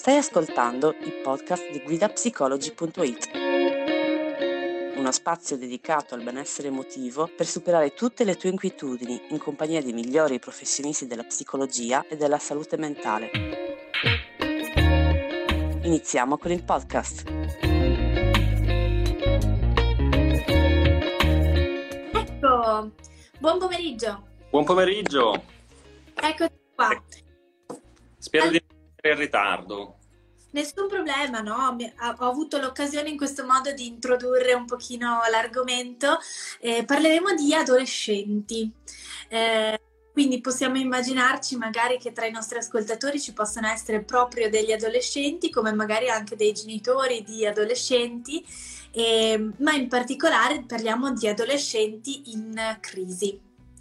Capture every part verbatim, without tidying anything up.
Stai ascoltando il podcast di guida psicologi punto it, uno spazio dedicato al benessere emotivo per superare tutte le tue inquietudini in compagnia dei migliori professionisti della psicologia e della salute mentale. Iniziamo con il podcast. Ecco, buon pomeriggio. Buon pomeriggio. Eccoti qua. Spero di non essere in ritardo. Nessun problema, no? Ho avuto l'occasione in questo modo di introdurre un pochino l'argomento. Eh, parleremo di adolescenti. Eh, quindi possiamo immaginarci magari che tra i nostri ascoltatori ci possano essere proprio degli adolescenti, come magari anche dei genitori di adolescenti, eh, ma in particolare parliamo di adolescenti in crisi.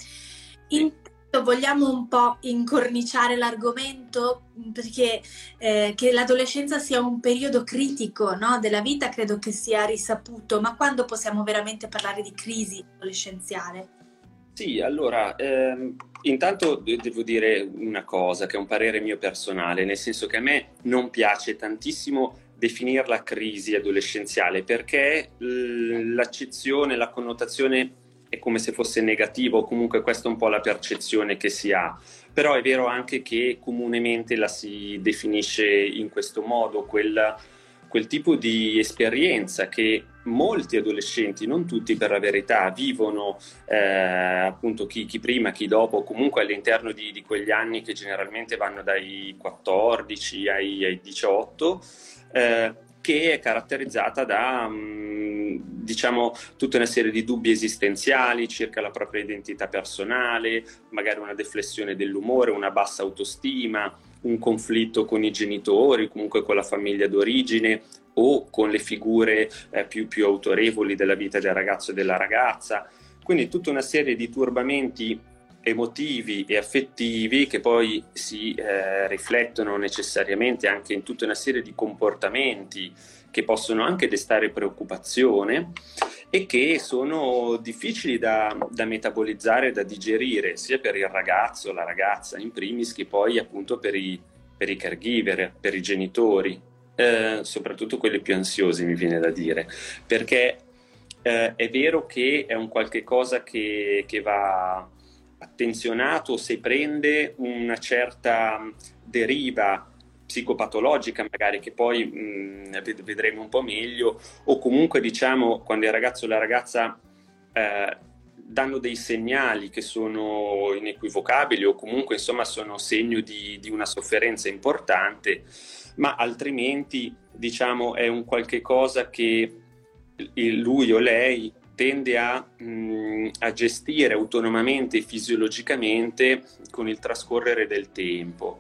In Vogliamo un po' incorniciare l'argomento, perché eh, che l'adolescenza sia un periodo critico, no, della vita credo che sia risaputo, ma quando possiamo veramente parlare di crisi adolescenziale? Sì, allora, ehm, intanto devo dire una cosa che è un parere mio personale, nel senso che a me non piace tantissimo definirla crisi adolescenziale, perché l'accezione, la connotazione è come se fosse negativo, o comunque questa è un po' la percezione che si ha. Però è vero anche che comunemente la si definisce in questo modo, quel, quel tipo di esperienza che molti adolescenti, non tutti per la verità, vivono, eh, appunto chi, chi prima, chi dopo, comunque all'interno di, di quegli anni che generalmente vanno dai quattordici ai, ai diciotto, eh, che è caratterizzata da mh, diciamo tutta una serie di dubbi esistenziali circa la propria identità personale, magari una deflessione dell'umore, una bassa autostima, un conflitto con i genitori, comunque con la famiglia d'origine o con le figure eh, più, più autorevoli della vita del ragazzo e della ragazza. Quindi tutta una serie di turbamenti emotivi e affettivi che poi si eh, riflettono necessariamente anche in tutta una serie di comportamenti che possono anche destare preoccupazione e che sono difficili da, da metabolizzare, da digerire, sia per il ragazzo, la ragazza in primis, che poi appunto per i, per i caregiver, per i genitori, eh, soprattutto quelli più ansiosi, mi viene da dire, perché eh, è vero che è un qualche cosa che, che va attenzionato se prende una certa deriva psicopatologica, magari, che poi mh, vedremo un po' meglio, o comunque diciamo quando il ragazzo o la ragazza eh, danno dei segnali che sono inequivocabili o comunque insomma sono segno di, di una sofferenza importante, ma altrimenti diciamo è un qualche cosa che lui o lei tende a, mh, a gestire autonomamente e fisiologicamente con il trascorrere del tempo,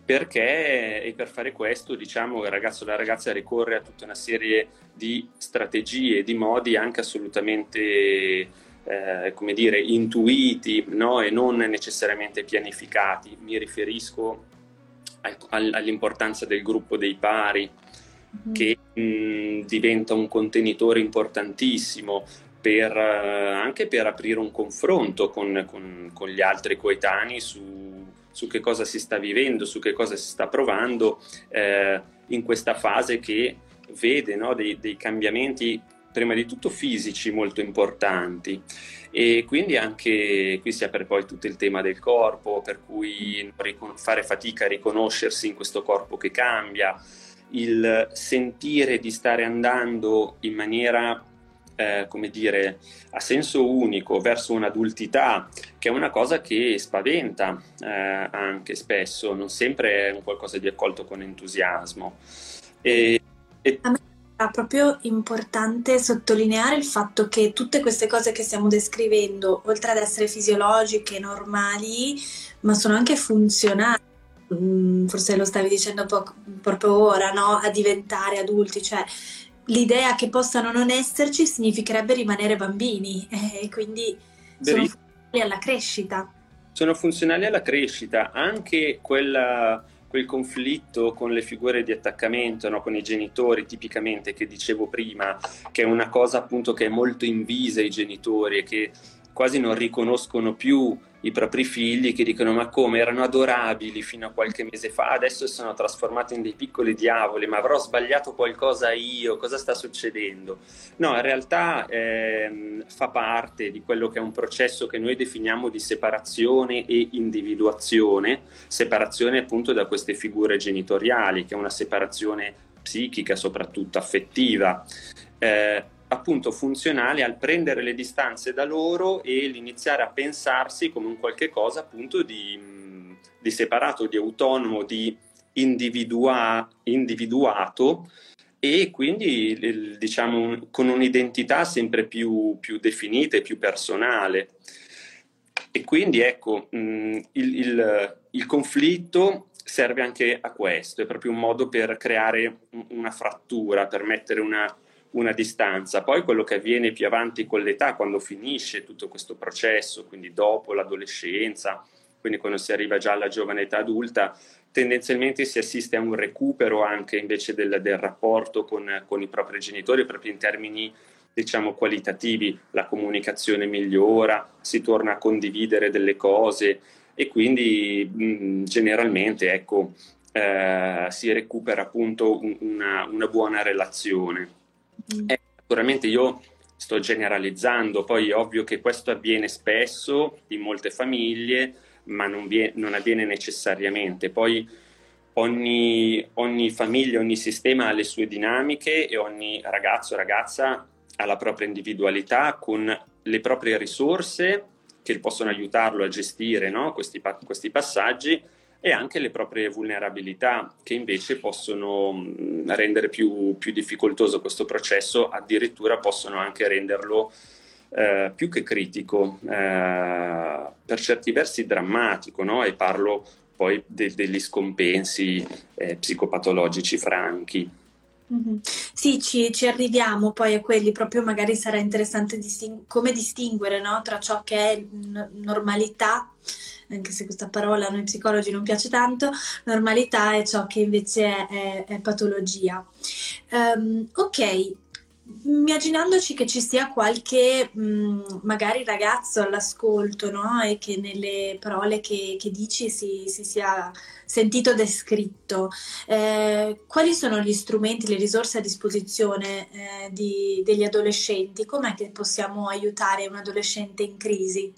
perché e per fare questo diciamo il ragazzo o la ragazza ricorre a tutta una serie di strategie, di modi anche assolutamente eh, come dire intuiti, no? E non necessariamente pianificati. Mi riferisco a, a, all'importanza del gruppo dei pari, mm-hmm. che mh, diventa un contenitore importantissimo per, anche per aprire un confronto con, con, con gli altri coetanei su, su che cosa si sta vivendo, su che cosa si sta provando eh, in questa fase che vede, no, dei, dei cambiamenti prima di tutto fisici molto importanti, e quindi anche qui si apre poi tutto il tema del corpo, per cui fare fatica a riconoscersi in questo corpo che cambia, il sentire di stare andando in maniera Eh, come dire, a senso unico verso un'adultità, che è una cosa che spaventa eh, anche spesso, non sempre è un qualcosa di accolto con entusiasmo. E, e... A me è proprio importante sottolineare il fatto che tutte queste cose che stiamo descrivendo, oltre ad essere fisiologiche, normali, ma sono anche funzionali. Mm, forse lo stavi dicendo poco, proprio ora, no? A diventare adulti, cioè l'idea che possano non esserci significherebbe rimanere bambini e quindi sono funzionali alla crescita. Sono funzionali alla crescita, anche quella, quel conflitto con le figure di attaccamento, no? Con i genitori tipicamente, che dicevo prima, che è una cosa appunto che è molto invisa ai genitori e che quasi non riconoscono più i propri figli, che dicono ma come, erano adorabili fino a qualche mese fa, adesso sono trasformati in dei piccoli diavoli, ma avrò sbagliato qualcosa io, cosa sta succedendo? No, in realtà ehm, fa parte di quello che è un processo che noi definiamo di separazione e individuazione, separazione appunto da queste figure genitoriali, che è una separazione psichica, soprattutto affettiva, eh, appunto funzionale al prendere le distanze da loro e l'iniziare a pensarsi come un qualche cosa appunto di, di separato, di autonomo, di individua, individuato, e quindi diciamo con un'identità sempre più, più definita e più personale. E quindi ecco, mh, il, il, il conflitto serve anche a questo, è proprio un modo per creare una frattura, per mettere una una distanza. Poi quello che avviene più avanti con l'età, quando finisce tutto questo processo, quindi dopo l'adolescenza, quindi quando si arriva già alla giovane età adulta, tendenzialmente si assiste a un recupero anche invece del, del rapporto con, con i propri genitori, proprio in termini diciamo qualitativi, la comunicazione migliora, si torna a condividere delle cose e quindi mh, generalmente ecco, eh, si recupera appunto un, una, una buona relazione. Mm. Eh, naturalmente io sto generalizzando, poi è ovvio che questo avviene spesso in molte famiglie, ma non, vie- non avviene necessariamente. Poi ogni, ogni famiglia, ogni sistema ha le sue dinamiche e ogni ragazzo o ragazza ha la propria individualità con le proprie risorse che possono aiutarlo a gestire, no? questi, pa- questi passaggi, e anche le proprie vulnerabilità che invece possono mh, rendere più, più difficoltoso questo processo, addirittura possono anche renderlo eh, più che critico, eh, per certi versi drammatico, no? E parlo poi de- degli scompensi eh, psicopatologici franchi. Mm-hmm. Sì, ci, ci arriviamo poi a quelli, proprio magari sarà interessante disting- come distinguere, no, tra ciò che è n- normalità, anche se questa parola a noi psicologi non piace tanto, normalità e ciò che invece è, è- è patologia. Ehm, ok, immaginandoci che ci sia qualche mh, magari ragazzo all'ascolto, no? E che nelle parole che, che dici si, si sia sentito descritto, eh, quali sono gli strumenti, le risorse a disposizione eh, di- degli adolescenti? Com'è che possiamo aiutare un adolescente in crisi?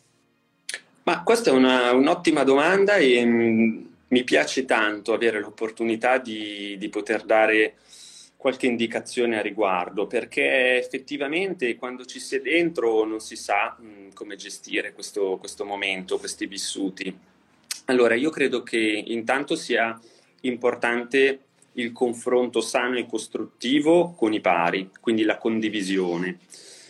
Ma questa è una, un'ottima domanda e mh, mi piace tanto avere l'opportunità di, di poter dare qualche indicazione a riguardo, perché effettivamente quando ci si è dentro non si sa mh, come gestire questo, questo momento, questi vissuti. Allora, io credo che intanto sia importante il confronto sano e costruttivo con i pari, quindi la condivisione.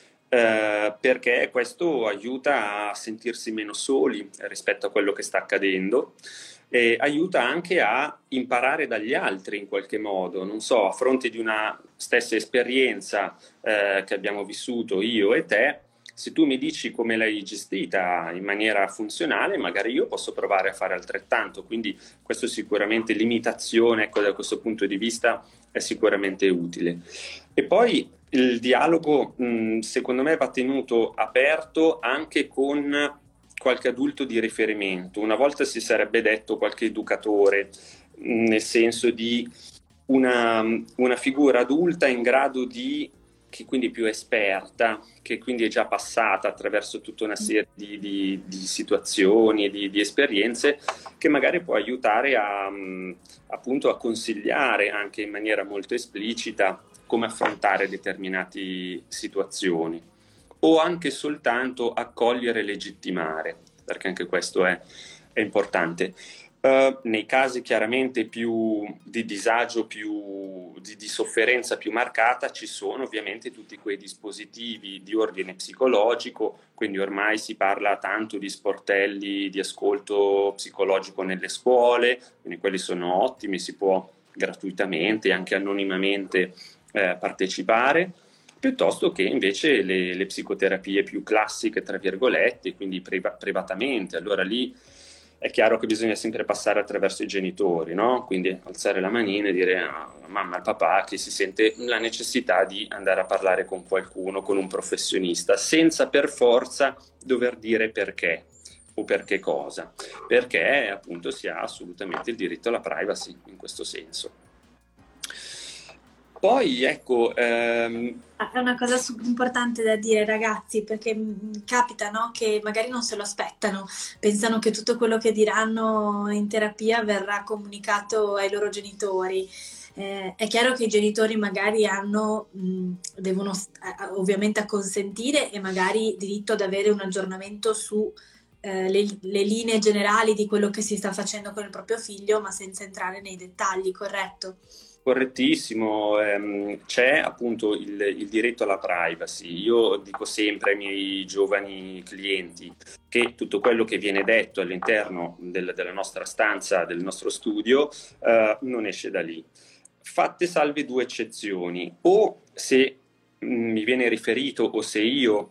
Eh, perché questo aiuta a sentirsi meno soli rispetto a quello che sta accadendo e aiuta anche a imparare dagli altri in qualche modo, non so, a fronte di una stessa esperienza eh, che abbiamo vissuto io e te, se tu mi dici come l'hai gestita in maniera funzionale, magari io posso provare a fare altrettanto, quindi questo sicuramente l'imitazione, ecco, da questo punto di vista è sicuramente utile. E poi il dialogo, mh, secondo me, va tenuto aperto anche con qualche adulto di riferimento. Una volta si sarebbe detto qualche educatore, mh, nel senso di una, una figura adulta in grado di, che quindi è più esperta, che quindi è già passata attraverso tutta una serie di, di, di situazioni e di, di esperienze, che magari può aiutare a, mh, appunto a consigliare anche in maniera molto esplicita come affrontare determinate situazioni, o anche soltanto accogliere e legittimare, perché anche questo è, è importante. Uh, nei casi chiaramente più di disagio, più di, di sofferenza più marcata, ci sono ovviamente tutti quei dispositivi di ordine psicologico, quindi ormai si parla tanto di sportelli di ascolto psicologico nelle scuole, quindi quelli sono ottimi, si può gratuitamente, anche anonimamente eh, partecipare, piuttosto che invece le, le psicoterapie più classiche, tra virgolette, quindi priva- privatamente. Allora lì è chiaro che bisogna sempre passare attraverso i genitori, no? Quindi alzare la manina e dire alla mamma e al papà che si sente la necessità di andare a parlare con qualcuno, con un professionista, senza per forza dover dire perché o per che cosa, perché appunto si ha assolutamente il diritto alla privacy in questo senso. Poi ecco... Ehm... È una cosa importante da dire, ragazzi, perché mh, capita, no, che magari non se lo aspettano, pensano che tutto quello che diranno in terapia verrà comunicato ai loro genitori. Eh, è chiaro che i genitori magari hanno, mh, devono eh, ovviamente acconsentire e magari diritto ad avere un aggiornamento su eh, le, le linee generali di quello che si sta facendo con il proprio figlio, ma senza entrare nei dettagli, corretto? Correttissimo, ehm, c'è appunto il, il diritto alla privacy. Io dico sempre ai miei giovani clienti che tutto quello che viene detto all'interno del, della nostra stanza, del nostro studio, eh, non esce da lì. Fatte salve due eccezioni: o se mh, mi viene riferito o se io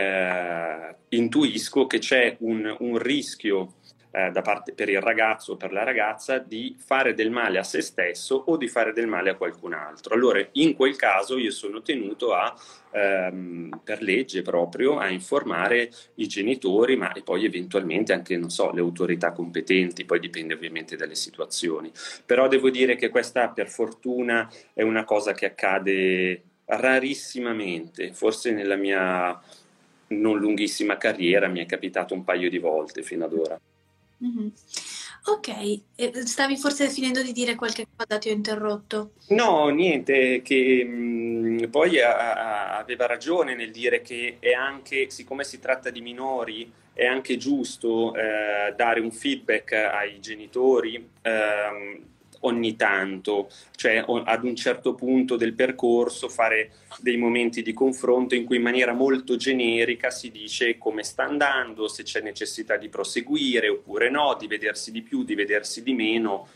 eh, intuisco che c'è un, un rischio Eh, da parte per il ragazzo o per la ragazza di fare del male a se stesso o di fare del male a qualcun altro. Allora in quel caso io sono tenuto a ehm, per legge proprio a informare i genitori, ma e poi eventualmente anche, non so, le autorità competenti, poi dipende ovviamente dalle situazioni. Però devo dire che questa per fortuna è una cosa che accade rarissimamente, forse nella mia non lunghissima carriera mi è capitato un paio di volte fino ad ora. Mm-hmm. Ok, e stavi forse finendo di dire qualche cosa, ti ho interrotto. No, niente, che mh, poi a, a, aveva ragione nel dire che è anche, siccome si tratta di minori, è anche giusto eh, dare un feedback ai genitori eh, ogni tanto, cioè ad un certo punto del percorso fare dei momenti di confronto in cui in maniera molto generica si dice come sta andando, se c'è necessità di proseguire oppure no, di vedersi di più, di vedersi di meno,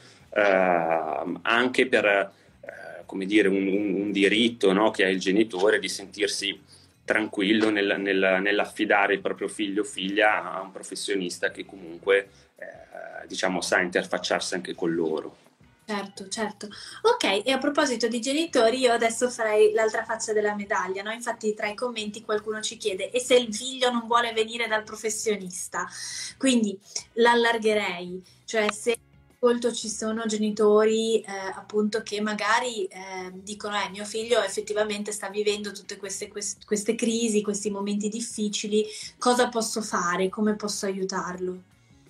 eh, anche per, eh, come dire, un, un, un diritto, no, che ha il genitore di sentirsi tranquillo nel, nel, nell'affidare il proprio figlio o figlia a un professionista che comunque eh, diciamo sa interfacciarsi anche con loro. Certo, certo. Ok, e a proposito di genitori, io adesso farei l'altra faccia della medaglia, no? Infatti tra i commenti qualcuno ci chiede: e se il figlio non vuole venire dal professionista? Quindi l'allargherei, cioè se ascolto ci sono genitori eh, appunto che magari eh, dicono eh mio figlio effettivamente sta vivendo tutte queste, queste, queste crisi, questi momenti difficili, cosa posso fare? Come posso aiutarlo?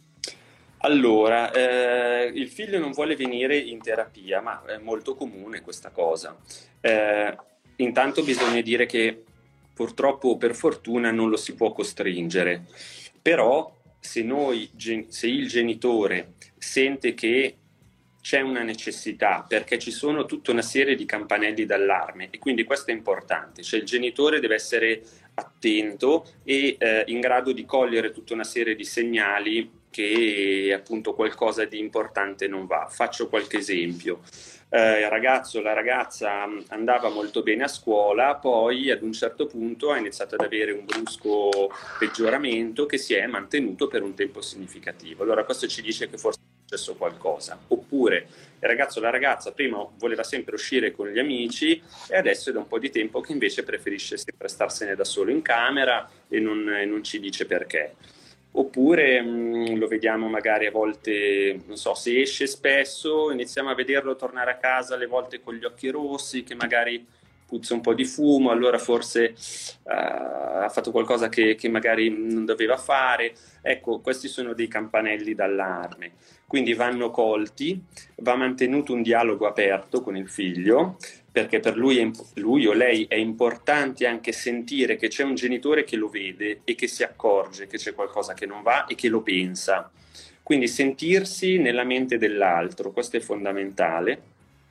Allora, eh, il figlio non vuole venire in terapia, ma è molto comune questa cosa. Eh, intanto bisogna dire che purtroppo o per fortuna non lo si può costringere, però se, noi, se il genitore sente che c'è una necessità, perché ci sono tutta una serie di campanelli d'allarme e quindi questo è importante, cioè il genitore deve essere attento e eh, in grado di cogliere tutta una serie di segnali che appunto qualcosa di importante non va. Faccio qualche esempio. Eh, il ragazzo, la ragazza andava molto bene a scuola, poi ad un certo punto ha iniziato ad avere un brusco peggioramento che si è mantenuto per un tempo significativo. Allora questo ci dice che forse è successo qualcosa. Oppure il ragazzo o la ragazza prima voleva sempre uscire con gli amici e adesso è da un po' di tempo che invece preferisce sempre starsene da solo in camera e non, e non ci dice perché. Oppure mh, lo vediamo magari a volte, non so, se esce spesso, iniziamo a vederlo tornare a casa alle volte con gli occhi rossi, che magari puzza un po' di fumo, allora forse uh, ha fatto qualcosa che, che magari non doveva fare. Ecco, questi sono dei campanelli d'allarme. Quindi vanno colti, va mantenuto un dialogo aperto con il figlio, perché per lui, è, lui o lei è importante anche sentire che c'è un genitore che lo vede e che si accorge che c'è qualcosa che non va e che lo pensa. Quindi sentirsi nella mente dell'altro, questo è fondamentale.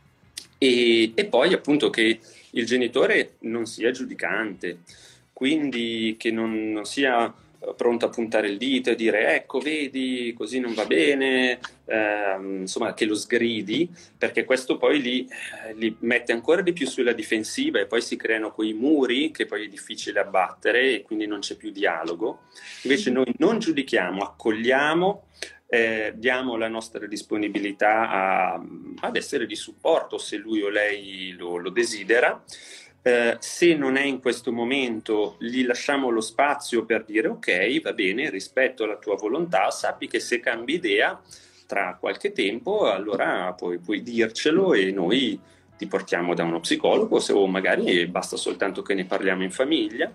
E, e poi appunto che il genitore non sia giudicante, quindi che non, non sia pronto a puntare il dito e dire ecco vedi così non va bene, eh, insomma che lo sgridi, perché questo poi li, eh, li mette ancora di più sulla difensiva e poi si creano quei muri che poi è difficile abbattere e quindi non c'è più dialogo. Invece noi non giudichiamo, accogliamo, eh, diamo la nostra disponibilità a, ad essere di supporto se lui o lei lo, lo desidera. Eh, se non è in questo momento, gli lasciamo lo spazio per dire ok, va bene, rispetto alla tua volontà, sappi che se cambi idea tra qualche tempo, allora puoi, puoi dircelo e noi ti portiamo da uno psicologo, se, o magari basta soltanto che ne parliamo in famiglia.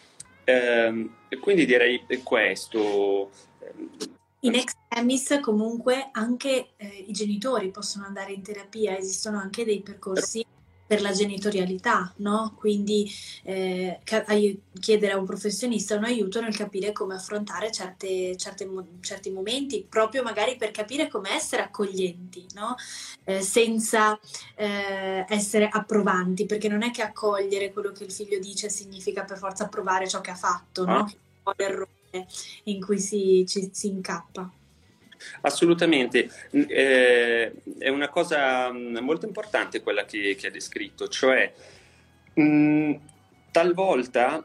Eh, e quindi direi questo. In extremis comunque anche eh, i genitori possono andare in terapia, esistono anche dei percorsi per la genitorialità, no? Quindi eh, chiedere a un professionista un aiuto nel capire come affrontare certe, certe, certi momenti, proprio magari per capire come essere accoglienti, no? Eh, senza eh, essere approvanti, perché non è che accogliere quello che il figlio dice significa per forza approvare ciò che ha fatto, no? Che è un po' l'errore in cui si, ci, si incappa. Assolutamente, eh, è una cosa molto importante quella che, che ha descritto, cioè mh, talvolta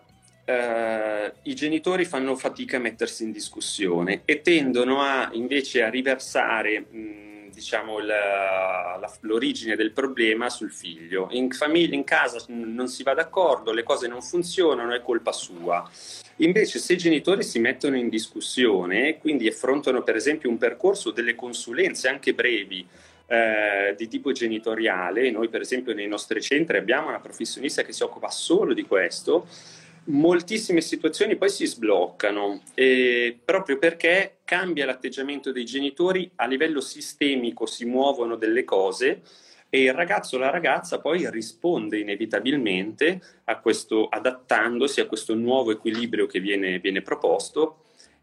eh, i genitori fanno fatica a mettersi in discussione e tendono a invece a riversare mh, diciamo la, la, l'origine del problema sul figlio. In famiglia, in casa non si va d'accordo, le cose non funzionano, è colpa sua. Invece se i genitori si mettono in discussione, quindi affrontano per esempio un percorso, delle consulenze anche brevi eh, di tipo genitoriale, noi per esempio nei nostri centri abbiamo una professionista che si occupa solo di questo, moltissime situazioni poi si sbloccano, eh, proprio perché cambia l'atteggiamento dei genitori, a livello sistemico si muovono delle cose e il ragazzo o la ragazza poi risponde inevitabilmente a questo, adattandosi a questo nuovo equilibrio che viene, viene proposto,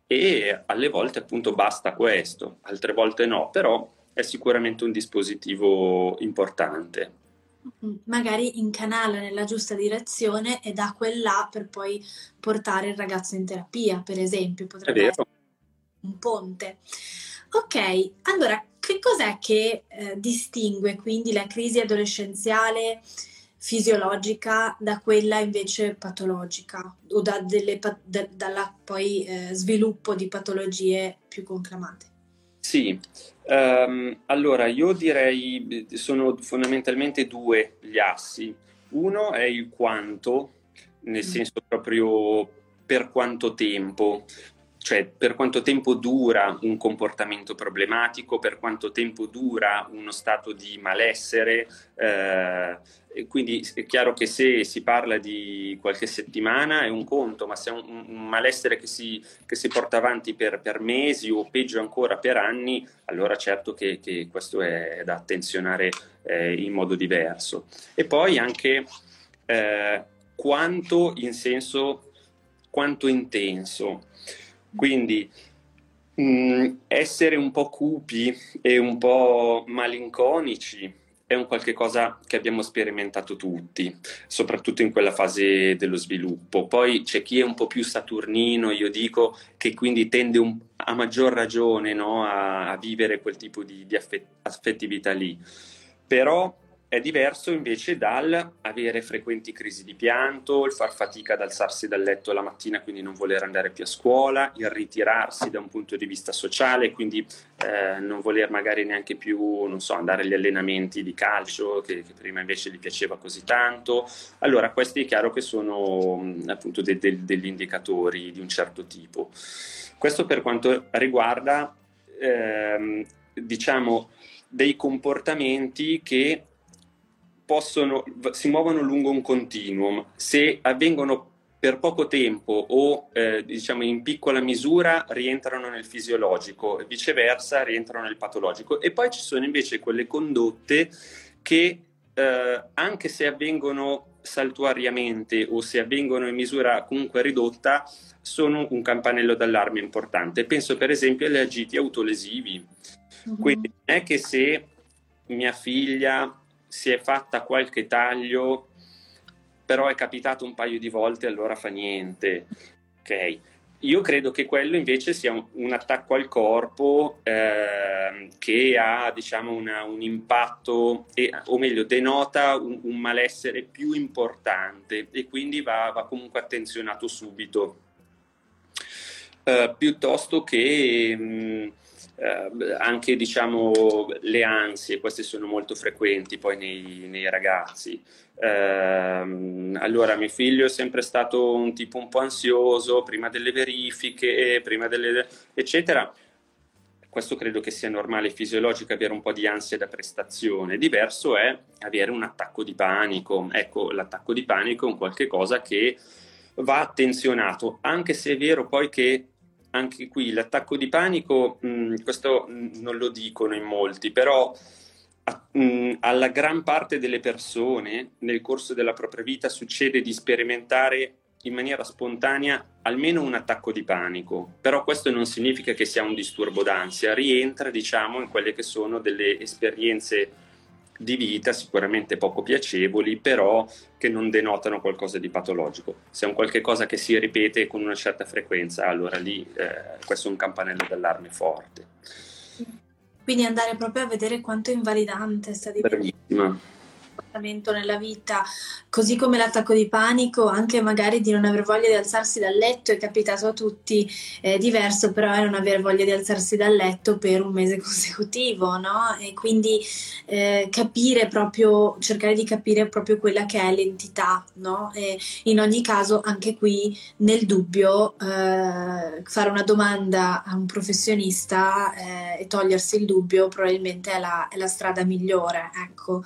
e alle volte appunto basta questo, altre volte no, però è sicuramente un dispositivo importante. Magari incanala nella giusta direzione e da quella per poi portare il ragazzo in terapia, per esempio, potrebbe essere un ponte. Ok, allora che cos'è che eh, distingue quindi la crisi adolescenziale fisiologica da quella invece patologica o da delle, da, dalla poi eh, sviluppo di patologie più conclamate? Sì, um, allora io direi sono fondamentalmente due gli assi. Uno è il quanto, nel senso proprio per quanto tempo, cioè per quanto tempo dura un comportamento problematico, per quanto tempo dura uno stato di malessere. Eh, e quindi è chiaro che se si parla di qualche settimana è un conto, ma se è un, un malessere che si, che si porta avanti per, per mesi o peggio ancora per anni, allora certo che, che questo è da attenzionare eh, in modo diverso. E poi anche eh, quanto in senso, quanto intenso. Quindi mh, essere un po' cupi e un po' malinconici è un qualche cosa che abbiamo sperimentato tutti, soprattutto in quella fase dello sviluppo. Poi c'è chi è un po' più saturnino, io dico, che quindi tende un, a maggior ragione, no, a, a vivere quel tipo di, di affettività lì. Però è diverso invece dal avere frequenti crisi di pianto, il far fatica ad alzarsi dal letto la mattina, quindi non voler andare più a scuola, il ritirarsi da un punto di vista sociale, quindi eh, non voler magari neanche più, non so, andare agli allenamenti di calcio che, che prima invece gli piaceva così tanto. Allora questi è chiaro che sono appunto de- de- degli indicatori di un certo tipo. Questo per quanto riguarda ehm, diciamo dei comportamenti che possono, si muovono lungo un continuum. Se avvengono per poco tempo o eh, diciamo in piccola misura rientrano nel fisiologico e viceversa rientrano nel patologico. E poi ci sono invece quelle condotte che eh, anche se avvengono saltuariamente o se avvengono in misura comunque ridotta sono un campanello d'allarme importante. Penso per esempio agli agiti autolesivi. Uh-huh. Quindi non è che se mia figlia si è fatta qualche taglio, però è capitato un paio di volte, allora fa niente. Ok. Io credo che quello invece sia un, un attacco al corpo eh, che ha, diciamo, una, un impatto, e, o meglio, denota un, un malessere più importante e quindi va, va comunque attenzionato subito. Uh, piuttosto che... Mh, eh, anche diciamo le ansie, queste sono molto frequenti poi nei, nei ragazzi. Eh, allora mio figlio è sempre stato un tipo un po' ansioso prima delle verifiche, prima delle eccetera. Questo credo che sia normale e fisiologico, avere un po' di ansia da prestazione. Diverso è avere un attacco di panico. Ecco, l'attacco di panico è un qualche cosa che va attenzionato, anche se è vero poi che anche qui l'attacco di panico, mh, questo mh, non lo dicono in molti, però a, mh, alla gran parte delle persone nel corso della propria vita succede di sperimentare in maniera spontanea almeno un attacco di panico, però questo non significa che sia un disturbo d'ansia, rientra diciamo in quelle che sono delle esperienze di vita sicuramente poco piacevoli, però che non denotano qualcosa di patologico. Se è un qualche cosa che si ripete con una certa frequenza, allora lì eh, questo è un campanello d'allarme forte. Quindi andare proprio a vedere quanto è invalidante sta diventando. Bravissima. Nella vita, così come l'attacco di panico, anche magari di non aver voglia di alzarsi dal letto, è capitato a tutti, è diverso però è non aver voglia di alzarsi dal letto per un mese consecutivo, no? E quindi eh, capire proprio, cercare di capire proprio quella che è l'entità, no? E in ogni caso anche qui nel dubbio eh, fare una domanda a un professionista eh, e togliersi il dubbio probabilmente è la, è la strada migliore, ecco.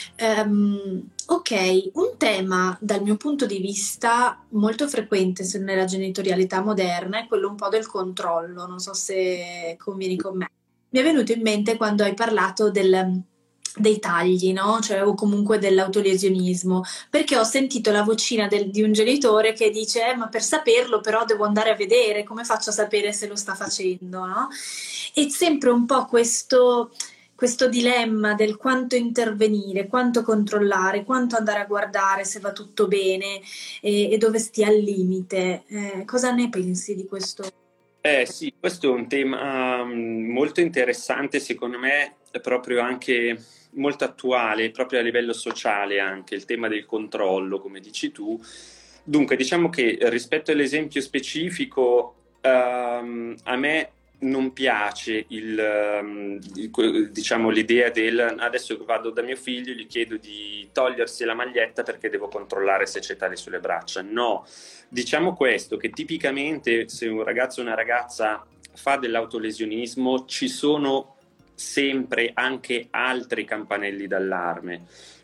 Um, ok, un tema dal mio punto di vista molto frequente nella genitorialità moderna è quello un po' del controllo, non so se convieni con me. Mi è venuto in mente quando hai parlato del, dei tagli, no? Cioè, o comunque dell'autolesionismo, perché ho sentito la vocina del, di un genitore che dice eh, ma per saperlo però devo andare a vedere, come faccio a sapere se lo sta facendo, no? E sempre un po' questo... questo dilemma del quanto intervenire, quanto controllare, quanto andare a guardare se va tutto bene e, e dove stia il limite. Eh, cosa ne pensi di questo? Eh sì, questo è un tema um, molto interessante, secondo me è proprio anche molto attuale, proprio a livello sociale anche, il tema del controllo, come dici tu. Dunque, diciamo che rispetto all'esempio specifico, um, a me non piace il, diciamo, l'idea del adesso vado da mio figlio e gli chiedo di togliersi la maglietta perché devo controllare se c'è tale sulle braccia. No, diciamo questo, che tipicamente se un ragazzo o una ragazza fa dell'autolesionismo ci sono sempre anche altri campanelli d'allarme.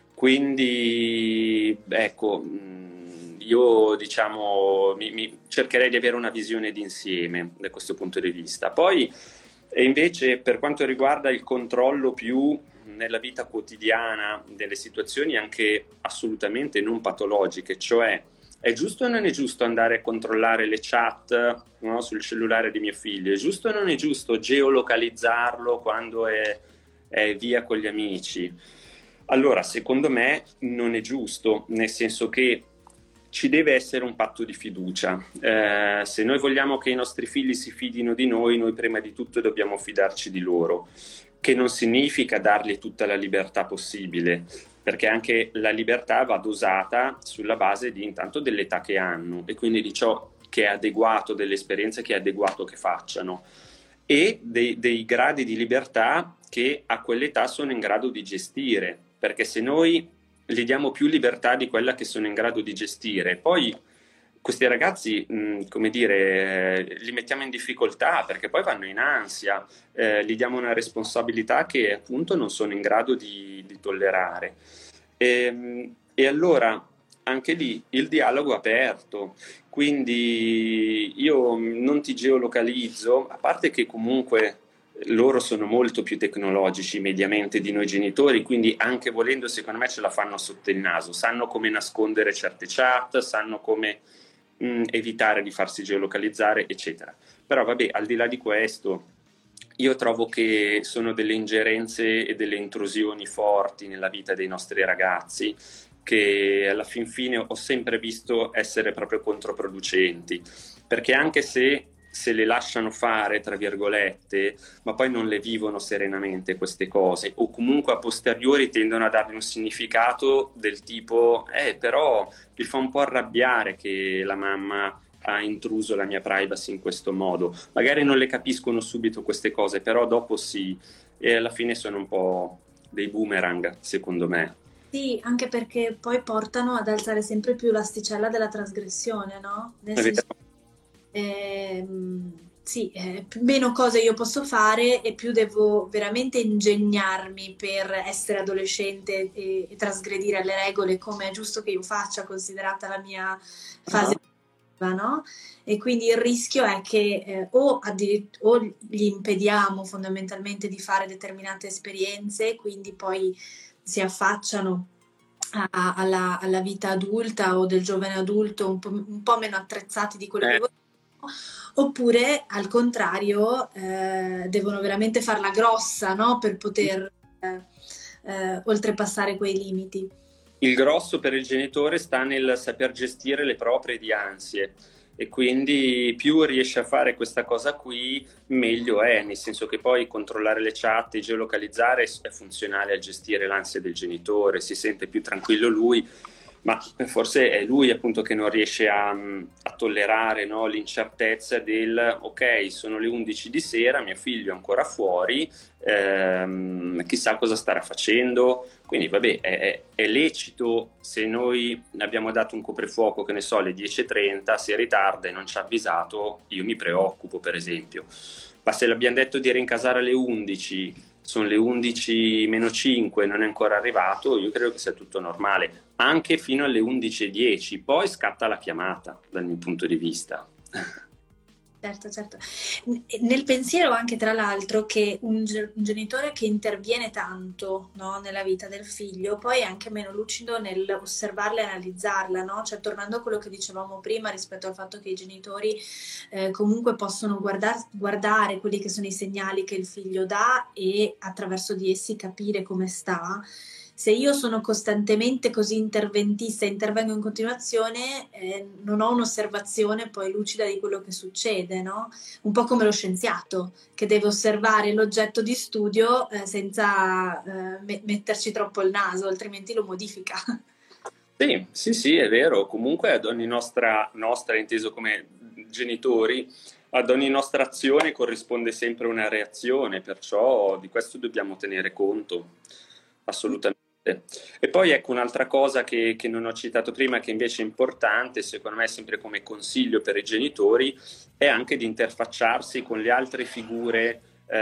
Quindi ecco, io diciamo mi, mi cercherei di avere una visione d'insieme da questo punto di vista. Poi e invece per quanto riguarda il controllo più nella vita quotidiana delle situazioni anche assolutamente non patologiche, cioè è giusto o non è giusto andare a controllare le chat, no, sul cellulare di mio figlio? È giusto o non è giusto geolocalizzarlo quando è, è via con gli amici? Allora, secondo me non è giusto, nel senso che ci deve essere un patto di fiducia. Eh, se noi vogliamo che i nostri figli si fidino di noi, noi prima di tutto dobbiamo fidarci di loro, che non significa dargli tutta la libertà possibile, perché anche la libertà va dosata sulla base di intanto dell'età che hanno e quindi di ciò che è adeguato, delle esperienze che è adeguato che facciano e dei, dei gradi di libertà che a quell'età sono in grado di gestire, perché se noi gli diamo più libertà di quella che sono in grado di gestire, poi questi ragazzi, mh, come dire, eh, li mettiamo in difficoltà perché poi vanno in ansia, eh, gli diamo una responsabilità che appunto non sono in grado di, di tollerare. E, e allora anche lì il dialogo è aperto, quindi io non ti geolocalizzo, a parte che comunque loro sono molto più tecnologici mediamente di noi genitori, quindi anche volendo secondo me ce la fanno sotto il naso, sanno come nascondere certe chat, sanno come mh, evitare di farsi geolocalizzare eccetera. Però vabbè, al di là di questo io trovo che sono delle ingerenze e delle intrusioni forti nella vita dei nostri ragazzi che alla fin fine ho sempre visto essere proprio controproducenti, perché anche se se le lasciano fare, tra virgolette, ma poi non le vivono serenamente queste cose, o comunque a posteriori tendono a dargli un significato del tipo, eh, però mi fa un po' arrabbiare che la mamma ha intruso la mia privacy in questo modo. Magari non le capiscono subito queste cose, però dopo sì, e alla fine sono un po' dei boomerang, secondo me. Sì, anche perché poi portano ad alzare sempre più l'asticella della trasgressione, no? Nel senso, ehm, sì, eh, meno cose io posso fare e più devo veramente ingegnarmi per essere adolescente e, e trasgredire alle regole come è giusto che io faccia, considerata la mia fase, uh-huh. no? E quindi il rischio è che eh, o, addirit- o gli impediamo fondamentalmente di fare determinate esperienze, quindi poi si affacciano a, alla, alla vita adulta o del giovane adulto un po', un po' meno attrezzati di quello eh. che vogliamo, oppure al contrario eh, devono veramente farla grossa, no? Per poter eh, eh, oltrepassare quei limiti. Il grosso per il genitore sta nel saper gestire le proprie di ansie. E quindi più riesce a fare questa cosa qui, meglio è, nel senso che poi controllare le chat e geolocalizzare è funzionale a gestire l'ansia del genitore, si sente più tranquillo lui, ma forse è lui appunto che non riesce a, a tollerare, no, l'incertezza del ok, sono le undici di sera, mio figlio è ancora fuori, ehm, chissà cosa starà facendo. Quindi vabbè, è, è lecito se noi abbiamo dato un coprifuoco, che ne so, alle dieci e trenta, se ritarda e non ci ha avvisato, io mi preoccupo, per esempio. Ma se l'abbiamo detto di rincasare alle undici, sono le undici meno cinque, non è ancora arrivato, io credo che sia tutto normale, anche fino alle undici e dieci, poi scatta la chiamata, dal mio punto di vista. Certo, certo. Nel pensiero anche tra l'altro che un, un genitore che interviene tanto, no, nella vita del figlio poi è anche meno lucido nel osservarla e analizzarla, no? Cioè tornando a quello che dicevamo prima rispetto al fatto che i genitori eh, comunque possono guardar, guardare quelli che sono i segnali che il figlio dà e attraverso di essi capire come sta. Se io sono costantemente così interventista e intervengo in continuazione, eh, non ho un'osservazione poi lucida di quello che succede, no? Un po' come lo scienziato, che deve osservare l'oggetto di studio eh, senza eh, me- metterci troppo il naso, altrimenti lo modifica. Sì, sì, sì, è vero. Comunque ad ogni nostra, nostra inteso come genitori, ad ogni nostra azione corrisponde sempre una reazione, perciò di questo dobbiamo tenere conto, assolutamente. E poi ecco un'altra cosa che, che non ho citato prima, che invece è importante, secondo me sempre come consiglio per i genitori, è anche di interfacciarsi con le altre figure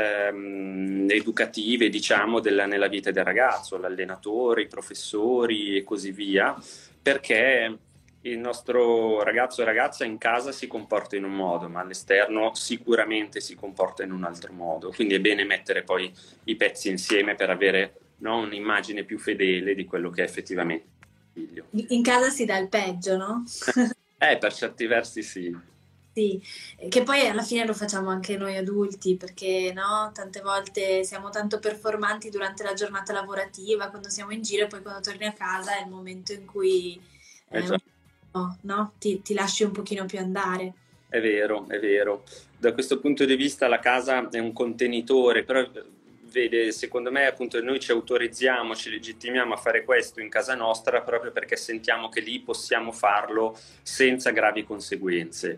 ehm, educative, diciamo, della, nella vita del ragazzo, l'allenatore, i professori e così via, perché il nostro ragazzo o ragazza in casa si comporta in un modo, ma all'esterno sicuramente si comporta in un altro modo, quindi è bene mettere poi i pezzi insieme per avere, no, un'immagine più fedele di quello che è effettivamente il figlio. In casa si dà il peggio, no? Eh, per certi versi sì. Sì, che poi alla fine lo facciamo anche noi adulti, perché no, tante volte siamo tanto performanti durante la giornata lavorativa, quando siamo in giro, e poi quando torni a casa è il momento in cui eh, esatto. no, no, ti, ti lasci un pochino più andare. È vero, è vero. Da questo punto di vista la casa è un contenitore, però vede, secondo me appunto noi ci autorizziamo, ci legittimiamo a fare questo in casa nostra proprio perché sentiamo che lì possiamo farlo senza gravi conseguenze.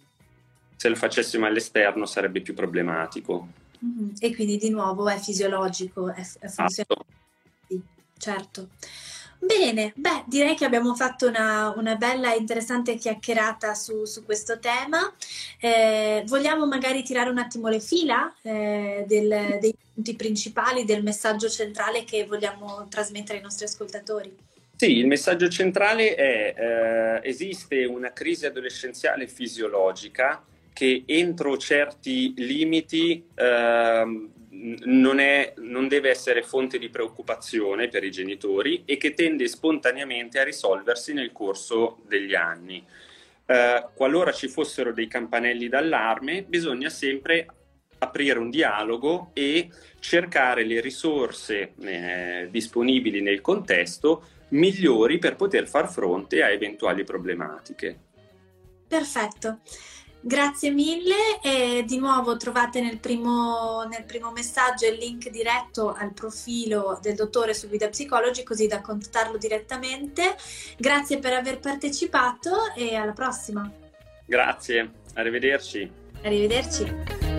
Se lo facessimo all'esterno sarebbe più problematico. Mm-hmm. E quindi di nuovo è fisiologico, è, è funzionale. Sì, certo. Bene, beh, direi che abbiamo fatto una, una bella e interessante chiacchierata su, su questo tema. Eh, vogliamo magari tirare un attimo le fila eh, del, dei punti principali, del messaggio centrale che vogliamo trasmettere ai nostri ascoltatori? Sì, il messaggio centrale è eh, esiste una crisi adolescenziale fisiologica che entro certi limiti eh, Non, è, non deve essere fonte di preoccupazione per i genitori e che tende spontaneamente a risolversi nel corso degli anni. Eh, qualora ci fossero dei campanelli d'allarme, bisogna sempre aprire un dialogo e cercare le risorse eh, disponibili nel contesto migliori per poter far fronte a eventuali problematiche. Perfetto. Grazie mille e di nuovo trovate nel primo, nel primo messaggio il link diretto al profilo del dottore su Guida Psicologi, così da contattarlo direttamente. Grazie per aver partecipato e alla prossima. Grazie, arrivederci. Arrivederci.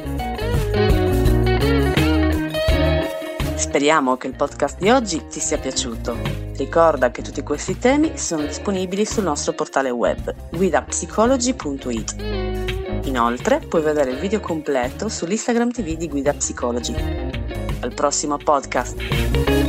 Speriamo che il podcast di oggi ti sia piaciuto. Ricorda che tutti questi temi sono disponibili sul nostro portale web guida psicologi punto it. Inoltre puoi vedere il video completo sull'Instagram T V di Guida Psicologi. Al prossimo podcast!